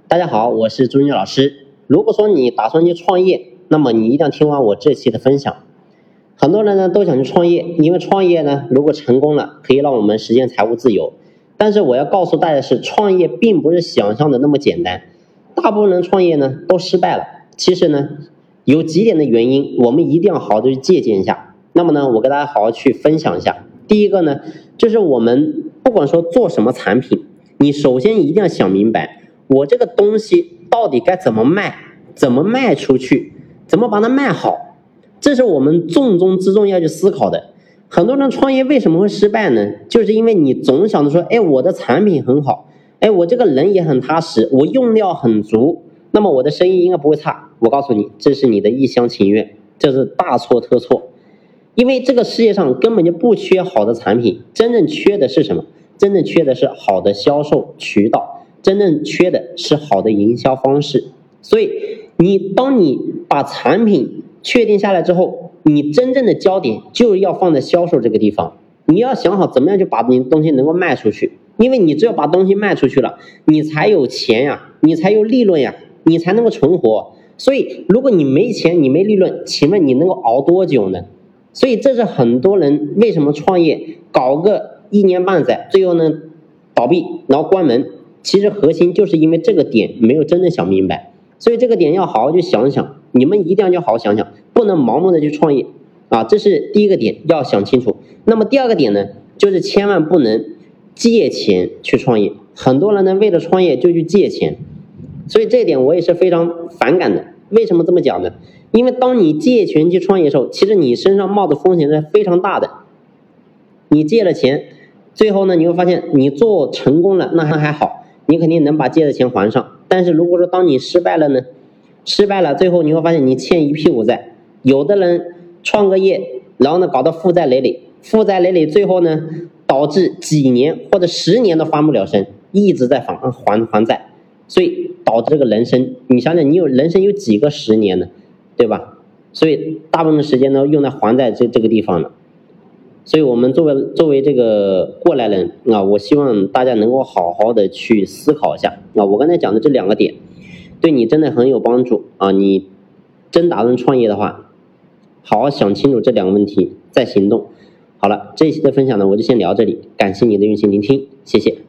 大家好，我是朱军老师。如果说你打算去创业，那么你一定要听完我这期的分享。很多人呢都想去创业，因为创业呢如果成功了，可以让我们实现财务自由。但是我要告诉大家的是，创业并不是想象的那么简单。大部分人创业呢都失败了。其实呢有几点的原因，我们一定要好好的去借鉴一下。那么呢，我跟大家好好去分享一下。第一个呢，就是我们不管说做什么产品，你首先一定要想明白，我这个东西到底该怎么卖，怎么卖出去，怎么把它卖好，这是我们重中之重要去思考的。很多人创业为什么会失败呢？就是因为你总想着说，我的产品很好，我这个人也很踏实，我用料很足，那么我的生意应该不会差。我告诉你，这是你的一厢情愿，这是大错特错。因为这个世界上根本就不缺好的产品，真正缺的是什么？真正缺的是好的销售渠道，真正缺的是好的营销方式。所以当你把产品确定下来之后，你真正的焦点就要放在销售这个地方。你要想好怎么样去把你的东西能够卖出去，因为你只有把东西卖出去了，你才有钱呀，你才有利润呀，你才能够存活。所以如果你没钱，你没利润，请问你能够熬多久呢？所以这是很多人为什么创业搞个1年半载，最后呢倒闭，然后关门。其实核心就是因为这个点没有真正想明白。所以这个点要好好去想想，你们一定要去好好想想，不能盲目的去创业啊，这是第一个点，要想清楚。那么第二个点呢，就是千万不能借钱去创业。很多人呢为了创业就去借钱，所以这一点我也是非常反感的。为什么这么讲呢？因为当你借钱去创业的时候，其实你身上冒的风险是非常大的。你借了钱，最后呢你会发现你做成功了那还好，你肯定能把借的钱还上。但是如果说当你失败了呢，最后你会发现你欠一屁股债。有的人创个业，然后呢搞到负债累累，最后呢导致几年或者10年都翻不了身，一直在还债。所以导致这个人生，你想想，你人生有几个10年呢，对吧？所以大部分的时间都用在还债这个地方了。所以我们作为这个过来人啊，我希望大家能够好好的去思考一下啊，我刚才讲的这2个点对你真的很有帮助啊。你真打算创业的话，好好想清楚这2个问题再行动。好了，这一期的分享呢我就先聊这里，感谢你的用心聆听，谢谢。